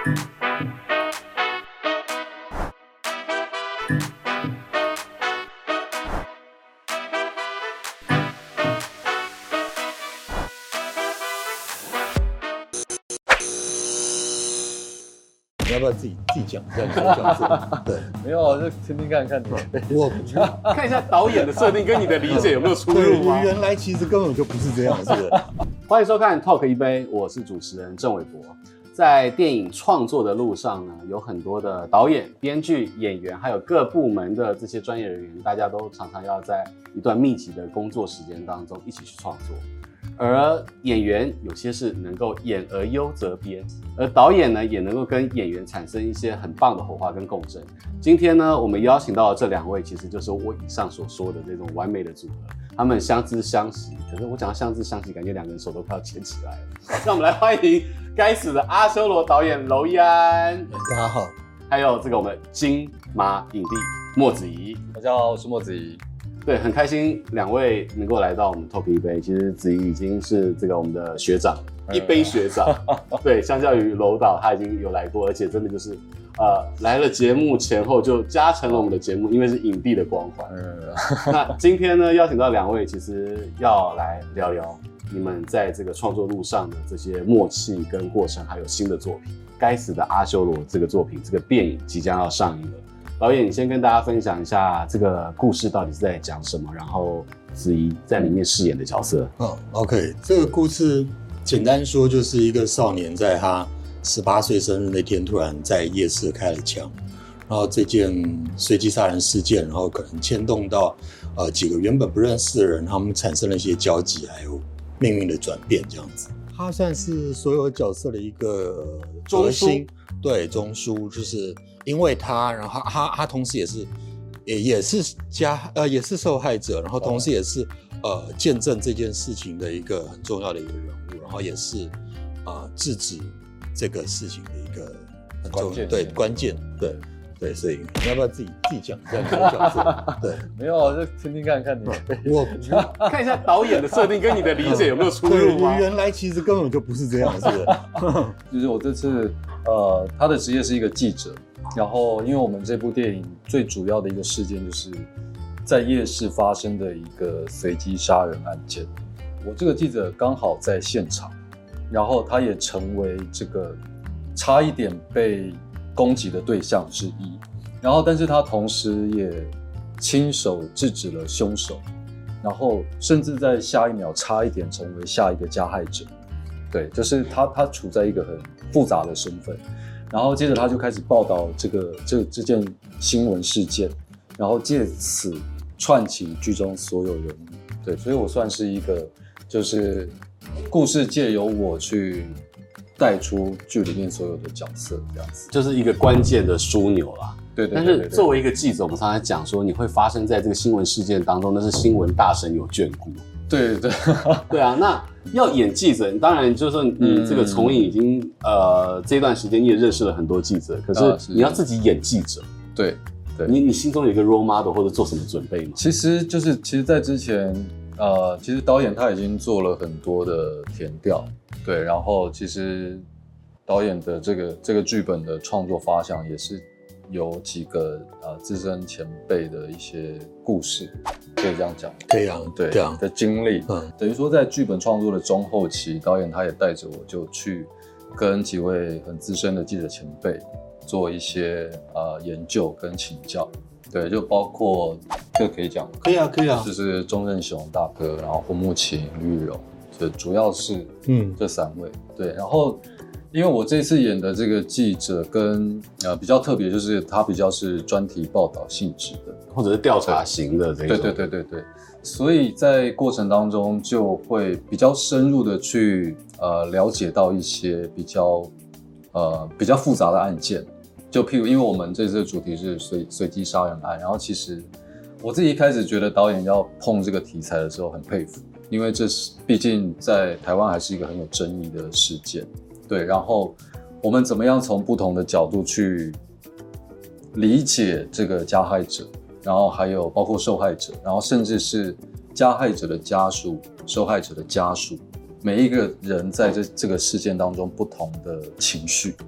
你要不要自己讲一下你的角色？对， 没有，就听听看你。 我看一下导演的设定跟你的理解有没有出入吗？ 原来其实根本就不是这样，是不是？ 欢迎收看 Talk 一杯，我是主持人郑伟博。在电影创作的路上呢，有很多的导演、编剧、演员，还有各部门的这些专业人员，大家都常常要在一段密集的工作时间当中一起去创作。而演员有些是能够演而优则编，而导演呢也能够跟演员产生一些很棒的火花跟共振。今天呢，我们邀请到的这两位，其实就是我以上所说的这种完美的组合。他们相知相惜，可是我讲到相知相惜，感觉两个人手都快要牵起来了。让我们来欢迎该死的阿修罗导演娄艺安， 大家好， 还有这个我们金马影帝莫子仪。 大家好，我是莫子仪。 对，很开心两位能够来到我们 Talk 一杯。其实子怡已经是这个我们的学长，一杯学长。对，相较于娄导，他已经有来过，而且真的就是来了节目前后就加成了我们的节目，因为是影帝的光环。那今天呢，邀请到两位，其实要来聊聊你们在这个创作路上的这些默契跟过程，还有新的作品。该死的阿修罗这个作品，这个电影即将要上映了。导演，你先跟大家分享一下这个故事到底是在讲什么，然后子怡在里面饰演的角色。 OK， 这个故事简单说就是一个少年在他18岁生日那天突然在夜市开了枪，然后这件随机杀人事件，然后可能牵动到几个原本不认识的人，他们产生了一些交集，还有命运的转变这样子。他算是所有角色的一个核心，对，中枢，就是因为他，然后他同时也是受害者，然后同时也是见证这件事情的一个很重要的一个人物，然后也是制止这个事情的一个很重要的关键，对，所以你要不要自己讲一下你的角色？对， 没有，就听听看你。 我看一下导演的设定跟你的理解有没有出入吗？ 原来其实根本就不是这样，是不是？ 就是我这次他的职业是一个记者，然后因为我们这部电影最主要的一个事件就是在夜市发生的一个随机杀人案件，我这个记者刚好在现场，然后他也成为这个差一点被攻击的对象之一，然后但是他同时也亲手制止了凶手，然后甚至在下一秒差一点成为下一个加害者。对，就是他处在一个很复杂的身份，然后接着他就开始报道这件新闻事件，然后借此串起剧中所有人物。对，所以我算是一个就是故事借由我去带出剧里面所有的角色，这样子就是一个关键的枢纽啦。 对， 但是作为一个记者，我们常常讲说，你会发生在这个新闻事件当中，那是新闻大神有眷顾。 对对啊，那要演记者，当然就是说你这个从影已经这段时间你也认识了很多记者，可是你要自己演记者， 对， 你心中有一个 role model 或者做什么准备吗？ 其实在之前其实导演他已经做了很多的田调，对，然后其实导演的这个剧本的创作发想也是有几个资深前辈的一些故事，可以这样讲， 可以啊， 对的经历，等于说在剧本创作的中后期，导演他也带着我就去跟几位很资深的记者前辈做一些研究跟请教，对，就包括这个可以讲， 可以啊， 就是钟任雄大哥，然后胡慕情、吕玉柔，就主要是这三位，对，然后。因为我这次演的这个记者跟比较特别，就是他比较是专题报道性质的， 或者是调查型的这种。 对，所以在过程当中就会比较深入的去了解到一些比较复杂的案件，就譬如因为我们这次的主题是随机杀人案，然后其实我自己一开始觉得导演要碰这个题材的时候很佩服，因为这是毕竟在台湾还是一个很有争议的事件。对，然后我们怎么样从不同的角度去理解这个加害者，然后还有包括受害者，然后甚至是加害者的家属、受害者的家属，每一个人在这个事件当中不同的情绪，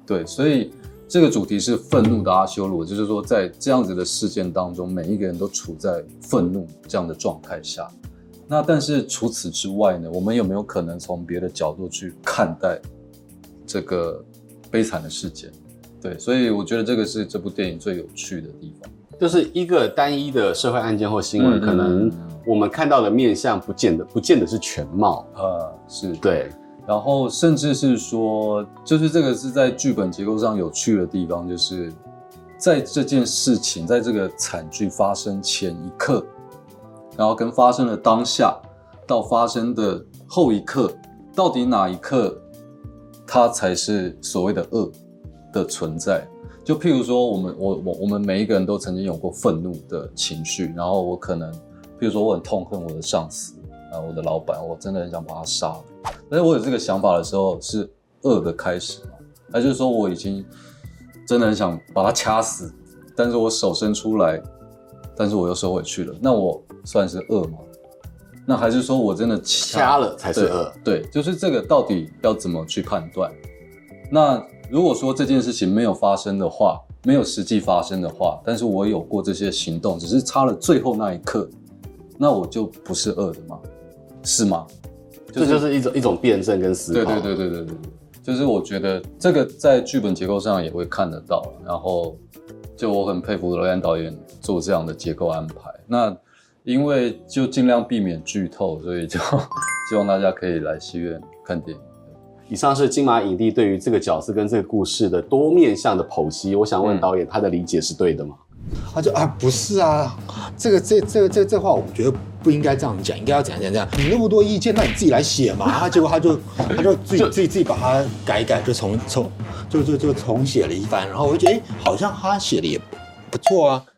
对，所以这个主题是愤怒的阿修罗，就是说在这样子的事件当中，每一个人都处在愤怒这样的状态下。那但是除此之外呢，我们有没有可能从别的角度去看待这个悲惨的事件？对，所以我觉得这个是这部电影最有趣的地方。 就是一个单一的社会案件或新闻，可能我们看到的面向不见得是全貌。 是对。 然后甚至是说，就是这个是在剧本结构上有趣的地方，就是在这件事情，在这个惨剧发生前一刻，然后跟发生的当下到发生的后一刻，到底哪一刻它才是所谓的恶的存在？就譬如说，我们每一个人都曾经有过愤怒的情绪，然后我可能，譬如说我很痛恨我的上司我的老板，我真的很想把他杀了。但是我有这个想法的时候，是恶的开始嘛？还就是说我已经真的很想把他掐死，但是我手伸出来，但是我又收回去了，那我算是恶吗？那还是说我真的掐了才是恶？ 对，就是这个到底要怎么去判断？那如果说这件事情没有发生的话，没有实际发生的话，但是我有过这些行动，只是差了最后那一刻，那我就不是恶的吗？是吗？ 这就是一种辩证跟思考。 对，就是我觉得这个在剧本结构上也会看得到，然后就我很佩服罗兰导演做这样的结构安排。那因为就尽量避免剧透，所以就希望大家可以来戏院看电影。 以上是金马影帝对于这个角色跟这个故事的多面向的剖析。我想问导演，他的理解是对的吗？ 他就不是啊，这话我觉得不应该这样讲，应该要怎样？你那么多意见，那你自己来写嘛。结果他就自己把它改，就重写了一番，然后我就觉得好像他写的也不错啊。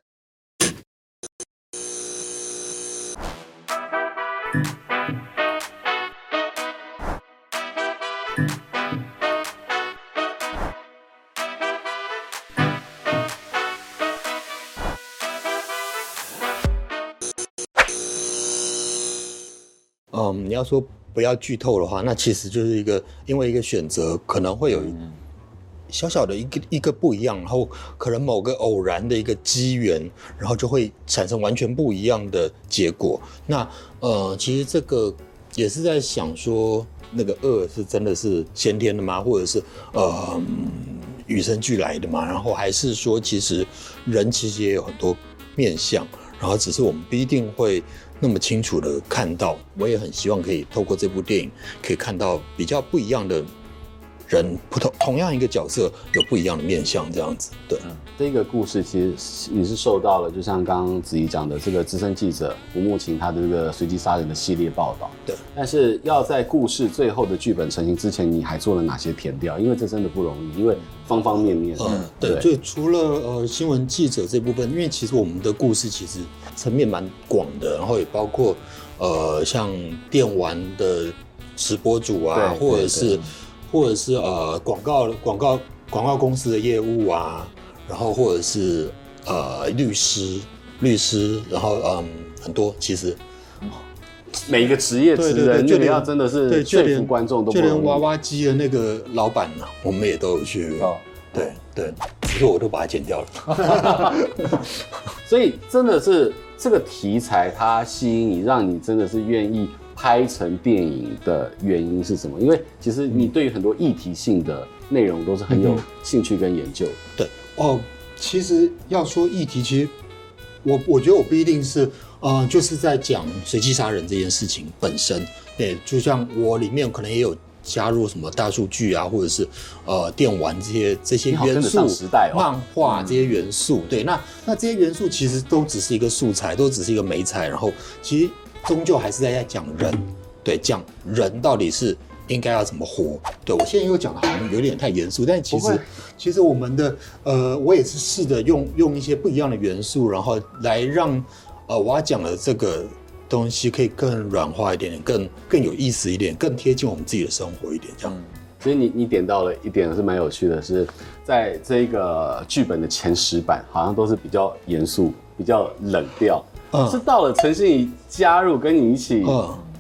你要说不要剧透的话，那其实就是因为一个选择可能会有小小的一个不一样，然后可能某个偶然的一个机缘，然后就会产生完全不一样的结果。那其实这个也是在想说，那个恶是真的是先天的吗？或者是与生俱来的吗？然后还是说，其实人其实也有很多面向，然后只是我们不一定会那么清楚的看到。我也很希望可以透过这部电影，可以看到比较不一样的人，同样一个角色有不一样的面向，这样子。对， 这个故事其实你是受到了，就像刚刚子怡讲的，这个资深记者吴慕晴他的这个随机杀人的系列报道。 对， 但是要在故事最后的剧本成型之前，你还做了哪些田调？因为这真的不容易，因为方方面面。 对，就除了新闻记者这部分，因为其实我们的故事其实层面蛮广的，然后也包括像电玩的直播主啊，或者是广告公司的业务啊，然后或者是律师，然后很多其实每一个职业职人，就要真的是说服观众都不容易。 就连娃娃机的那个老板呢，我们也都有去。对，只是我都把它剪掉了。 所以真的是这个题材它吸引你，让你真的是愿意拍成电影的原因是什么？因为其实你对于很多议题性的内容都是很有兴趣跟研究。 对其实要说议题，其实我觉得我不一定是就是在讲随机杀人这件事情本身。对，就像我里面可能也有加入什么大数据啊，或者是电玩这些元素，漫画这些元素。对，那这些元素其实都只是一个素材，都只是一个媒材，然后其实终究还是在讲人。对，讲人到底是应该要怎么活。对，我现在又讲的好像有点太严肃，但其实我们的我也是试着用一些不一样的元素，然后来让我要讲的这个东西可以更软化一点，更有意思一点，更贴近我们自己的生活一点，这样。 所以你点到了一点是蛮有趣的，是在这个剧本的前10版好像都是比较严肃、比较冷调，是到了陈信宜加入跟你一起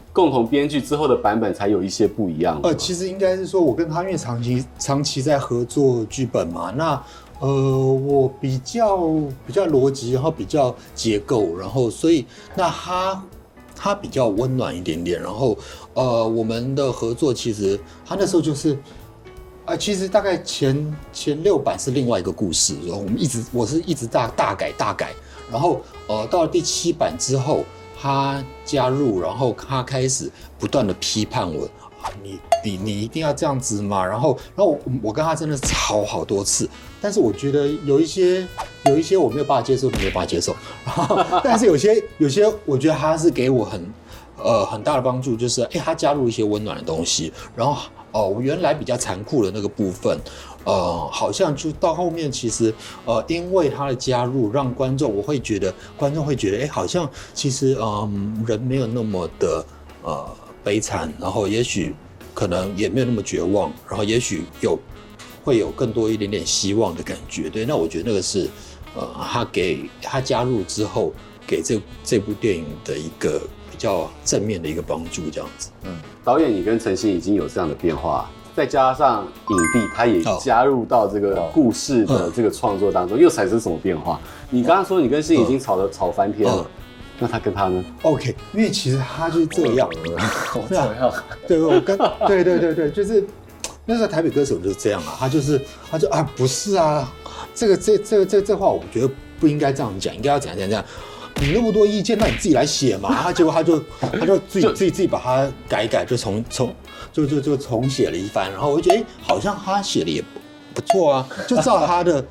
共同编剧之后的版本才有一些不一样。 其实应该是说，我跟他因为长期在合作剧本嘛，那我比较逻辑，然后比较结构，然后所以那他比较温暖一点点，然后我们的合作其实他那时候就是其实大概前6版是另外一个故事，然后我是一直大改，然后到了第7版之后，他加入，然后他开始不断的批判我。你一定要这样子嘛？然后我跟他真的吵好多次，但是我觉得有一些我没有办法接受，没有办法接受。但是有些我觉得他是给我很大的帮助，就是他加入一些温暖的东西，然后我原来比较残酷的那个部分，好像就到后面其实因为他的加入，让观众会觉得好像其实人没有那么的悲惨，然后也许可能也没有那么绝望，然后也许会有更多一点点希望的感觉。对，那我觉得那个是他加入之后给这部电影的一个比较正面的一个帮助，这样子。 导演你跟陈星已经有这样的变化，再加上影帝他也加入到这个故事的这个创作当中，又产生什么变化？你刚刚说你跟星已经吵翻天了。那他跟他呢 ？OK， 因为其实他就是这样， 这样， 对，我跟对，就是那时候台北歌手就是这样啊，他就不是啊，这话我觉得不应该这样讲，应该要怎样，你那么多意见，那你自己来写嘛。结果他就自己把它改，就重写了一番，然后我就觉得好像他写的也不错啊，就照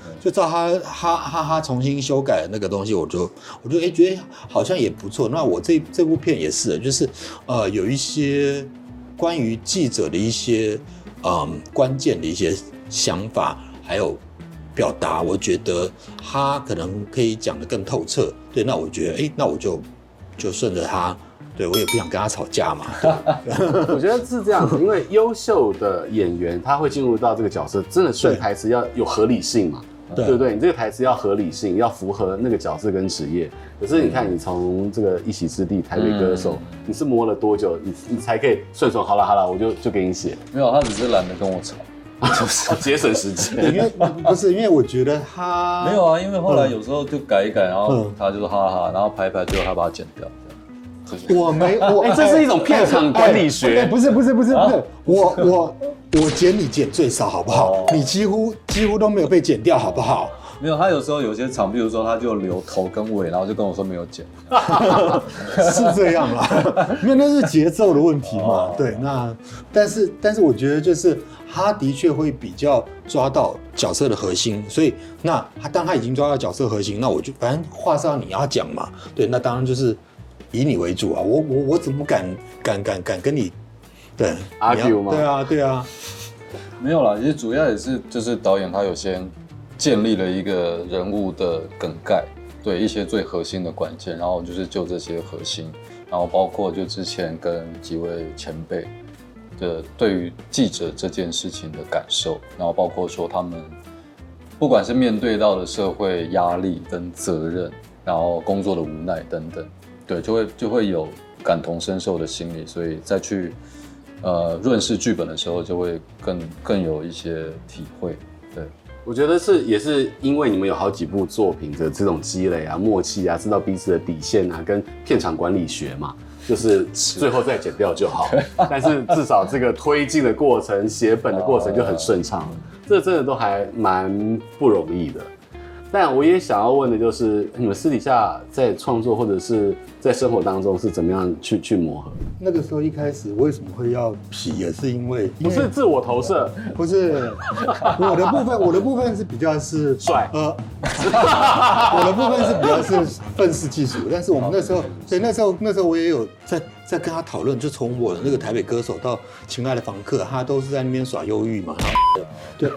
他重新修改的那个东西，我就觉得好像也不错。那我这部片也是，就是有一些关于记者的一些关键的一些想法，还有表达，我觉得他可能可以讲得更透彻。对，那我觉得那我就顺着他。对，我也不想跟他吵架嘛。 我觉得是这样子，因为优秀的演员他会进入到这个角色，真的顺台词要有合理性嘛，对不对？你这个台词要合理性，要符合那个角色跟职业。可是你看，你从这个一席之地、台北歌手，你是磨了多久，你才可以顺手？好了，我就给你写。 没有，他只是懒得跟我吵。 就是节省时间， 因为不是因为我觉得他没有啊，因为后来有时候就改一改，然后他就说哈哈，然后拍，最后他把它剪掉。 我这是一种片场管理学。 不是，我剪你剪最少好不好？你几乎都没有被剪掉好不好？ 没有，他有时候有些场，比如说他就留头跟尾，然后就跟我说没有剪， 是这样啦，因为那是节奏的问题嘛。对，那但是我觉得就是他的确会比较抓到角色的核心，所以那当他已经抓到角色核心，那我就反正话是要你要讲嘛。对，那当然就是以你为主啊，我怎么敢跟你对 argue 吗？ 对啊， 没有啦，其实主要也是就是导演他有先建立了一个人物的梗概，对一些最核心的关键，然后就是就这些核心，然后包括就之前跟几位前辈的对于记者这件事情的感受，然后包括说他们不管是面对到的社会压力跟责任，然后工作的无奈等等，对，就会有感同身受的心理，所以再去润饰剧本的时候，就会更有一些体会，对。 我觉得也是因为你们有好几部作品的这种积累啊、默契啊，知道彼此的底线啊，跟片场管理学嘛，就是最后再剪掉就好。但是至少这个推进的过程、写本的过程就很顺畅了，这真的都还蛮不容易的。但我也想要问的就是，你们私底下在创作或者是在生活当中是怎么样去磨合？ 那个时候一开始为什么会要皮，也是因为不是自我投射， 不是我的部分是比较是帅， 我的部分是比较是愤世嫉俗，但是我们那时候，对那时候我也有在跟他讨论，就从我的那个台北歌手到亲爱的房客，他都是在那边耍忧郁嘛，对。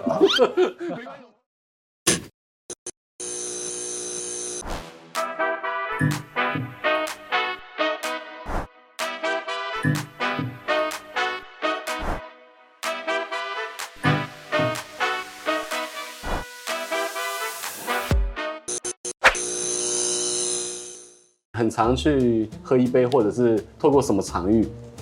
很常去喝一杯，或者是透过什么场域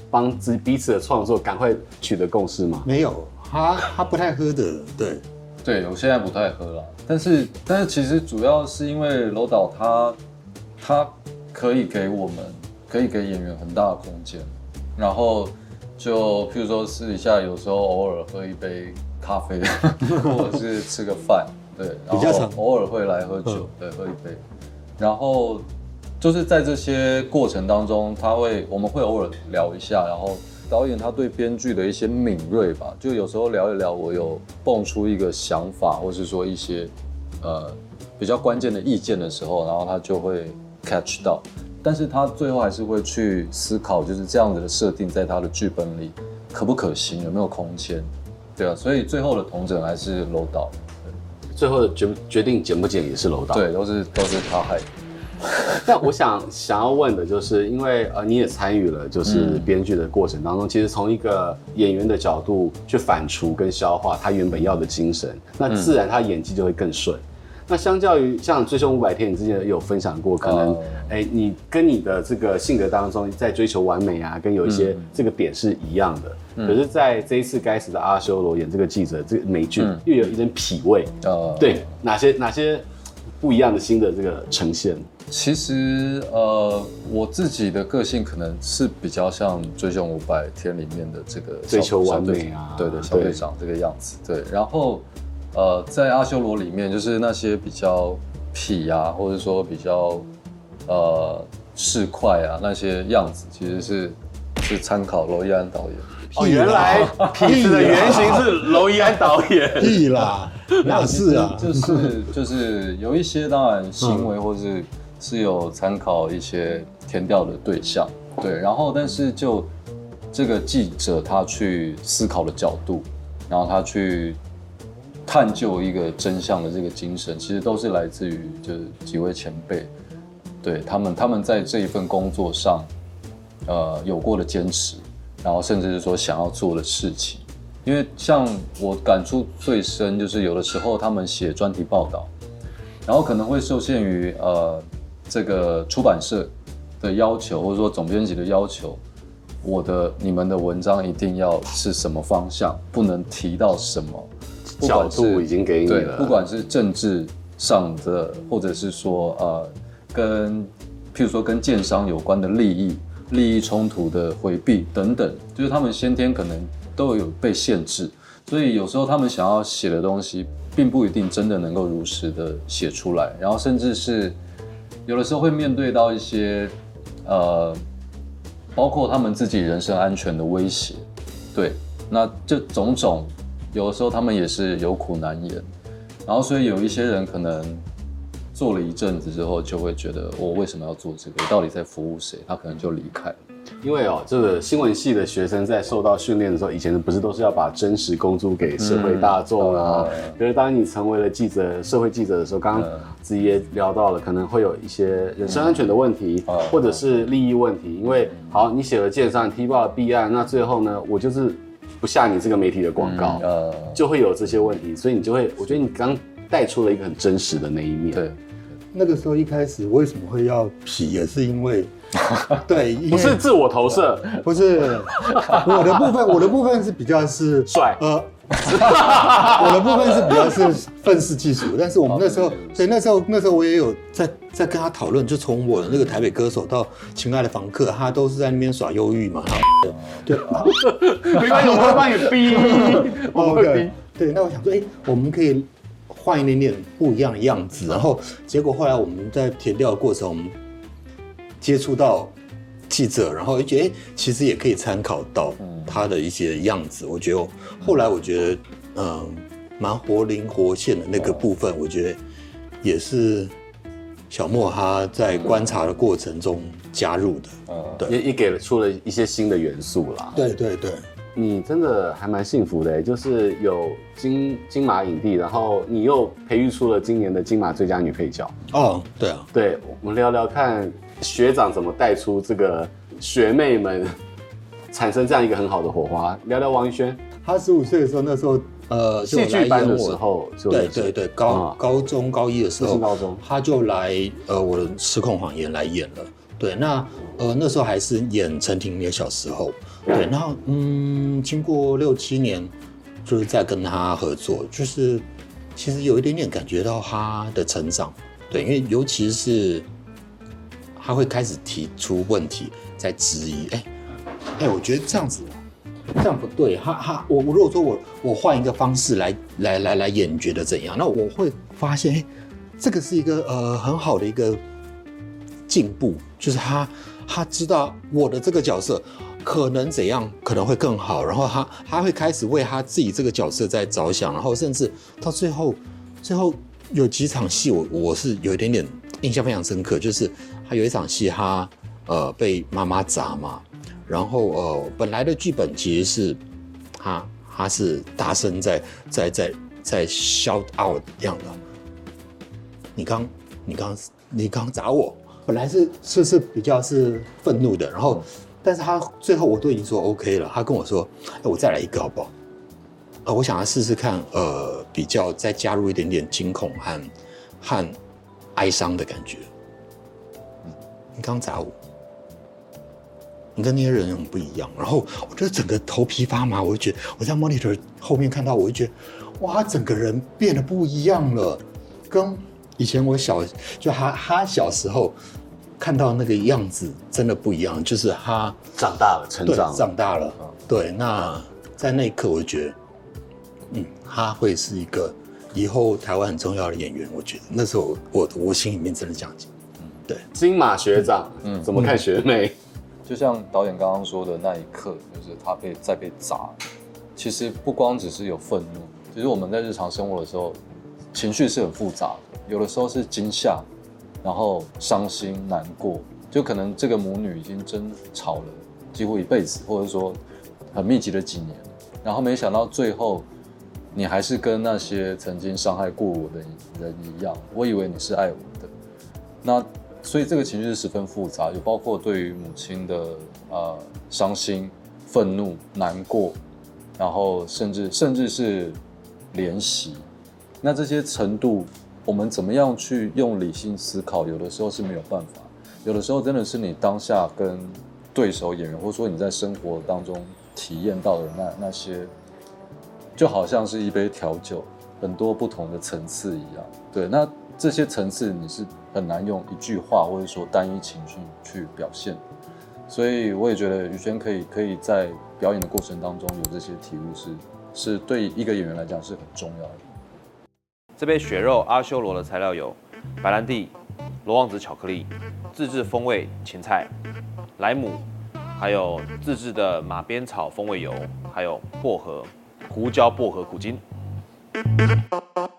帮彼此的创作赶快取得共识吗？ 没有，他不太喝的，对。 对，我现在不太喝了，但是其实主要是因为楼导他可以给演员很大的空间，然后就譬如说私底下有时候偶尔喝一杯咖啡，或者是吃个饭，对，然后偶尔会来喝酒，对，喝一杯，然后就是在这些过程当中，我们会偶尔聊一下，然后导演他对编剧的一些敏锐吧，就有时候聊一聊，我有蹦出一个想法，或是说一些比较关键的意见的时候，然后他就会 catch 到，但是他最后还是会去思考，就是这样子的设定在他的剧本里可不可行，有没有空间，对啊，所以最后的统整还是楼导， 最后的决定剪不剪也是楼导， 对，都是他害的。 但我想要问的就是，因为你也参与了，就是编剧的过程当中，其实从一个演员的角度去反刍跟消化他原本要的精神，那自然他演技就会更顺。那相较于像《追凶500天》，你之前有分享过，可能你跟你的这个性格当中在追求完美啊，跟有一些这个点是一样的。可是在这一次该死的阿修罗演这个记者，这个美剧又有一点痞味。对，哪些不一样的新的这个呈现？ 其实我自己的个性可能是比较像《追凶500天》里面的这个追求完美啊， 对，小队长这个样子。对，然后在阿修罗里面，就是那些比较痞啊，或者说比较市侩啊那些样子，其实是参考娄艺安导演。 哦，原来痞子的原型是娄艺安导演。 屁啦，哪是啊？ 就是有一些当然行为或是有参考一些填调的对象，对，然后但是就这个记者他去思考的角度，然后他去探究一个真相的这个精神，其实都是来自于就是几位前辈，对他们在这一份工作上，有过的坚持，然后甚至是说想要做的事情。因为像我感触最深，就是有的时候他们写专题报道，然后可能会受限于这个出版社的要求，或者说总编辑的要求，你们的文章一定要是什么方向，不能提到什么角度已经给你了， 对，不管是政治上的，或者是说譬如说跟建商有关的利益冲突的回避等等，就是他们先天可能都有被限制，所以有时候他们想要写的东西，并不一定真的能够如实的写出来，然后甚至是有的时候会面对到一些包括他们自己人身安全的威胁，对，那这种种有的时候他们也是有苦难言，然后所以有一些人可能做了一阵子之后，就会觉得我为什么要做这个？我到底在服务谁？他可能就离开了。 因为这个新闻系的学生在受到训练的时候，以前不是都是要把真实公诸给社会大众啊？可是当你成为了记者、社会记者的时候，刚刚子怡也聊到了，可能会有一些人身安全的问题，或者是利益问题。因为好，你写了建商，你踢爆了弊案，那最后呢，我就是不下你这个媒体的广告，就会有这些问题。所以你就会，我觉得你刚带出了一个很真实的那一面。 对。 那个时候一开始为什么会要痞，也是因为，对， 不是自我投射， 不是我的部分是比较是帅， 我的部分是比较是愤世嫉俗，但是我们那时候，对，那时候我也有在跟他讨论，就从我的那个台北歌手到亲爱的房客，他都是在那边耍忧郁嘛，对， 没关系，我会帮你逼，我会逼， 对，那我想说，我们可以换一点点不一样的样子，然后结果后来我们在填调的过程，我们接触到记者，然后觉得其实也可以参考到他的一些样子。我觉得后来我觉得蛮活灵活现的那个部分，我觉得也是小莫他在观察的过程中加入的， 对，也给出了一些新的元素啦。 对对对。 你真的还蛮幸福的，就是有金马影帝，然后你又培育出了今年的金马最佳女配角。 哦，对啊， 对，我们聊聊看学长怎么带出这个学妹们产生这样一个很好的火花。聊聊王一轩， 他15岁的时候，那时候戏剧班的时候， 对，高中高一的时候， 高中他就来我的失控谎言来演了。对，那时候还是演陈婷妮的小时候。 对，然后经过6、7年，就是在跟他合作，就是其实有一点点感觉到他的成长，对，因为尤其是他会开始提出问题，在质疑，我觉得这样子不对，我如果说我换一个方式来演，你觉得怎样？那我会发现，这个是一个很好的一个进步，就是他知道我的这个角色可能怎样，可能会更好，然后他会开始为他自己这个角色在着想，然后甚至到最后有几场戏我是有一点点印象非常深刻，就是他有一场戏他被妈妈砸嘛，然后本来的剧本其实是他是大声在 shout out 这样的，你刚砸我。本来是比较是愤怒的，然后，但是他最后我都已经说 OK 了，他跟我说，我再来一个好不好？我想要试试看，比较再加入一点点惊恐和哀伤的感觉。你刚砸我，你跟那些人很不一样，然后我就整个头皮发麻，我就觉得我在 monitor 后面看到，我就觉得哇，他整个人变得不一样了，跟以前就他小时候看到那个样子真的不一样，就是他长大了，成长了， 长大了。对，那在那一刻，我就觉得，他会是一个以后台湾很重要的演员。我觉得那时候我心里面真的这样讲。对， 金马学长，怎么看学妹？ 就像导演刚刚说的那一刻，就是他在被砸，其实不光只是有愤怒，其实我们在日常生活的时候，情绪是很复杂的，有的时候是惊吓，然后伤心难过，就可能这个母女已经争吵了几乎一辈子，或者说很密集的几年，然后没想到最后你还是跟那些曾经伤害过我的人一样，我以为你是爱我的，那所以这个情绪是十分复杂，就包括对于母亲的伤心、愤怒、难过，然后甚至是怜惜。那这些程度，我们怎么样去用理性思考？有的时候是没有办法，有的时候真的是你当下跟对手演员，或者说你在生活当中体验到的那些，就好像是一杯调酒，很多不同的层次一样。对，那这些层次你是很难用一句话或者说单一情绪去表现的。所以我也觉得宇轩可以在表演的过程当中有这些体悟是对一个演员来讲是很重要的。 这杯血肉阿修罗的材料有白兰地、罗望子巧克力、自制风味芹菜、莱姆，还有自制的马鞭草风味油，还有薄荷、胡椒薄荷苦精。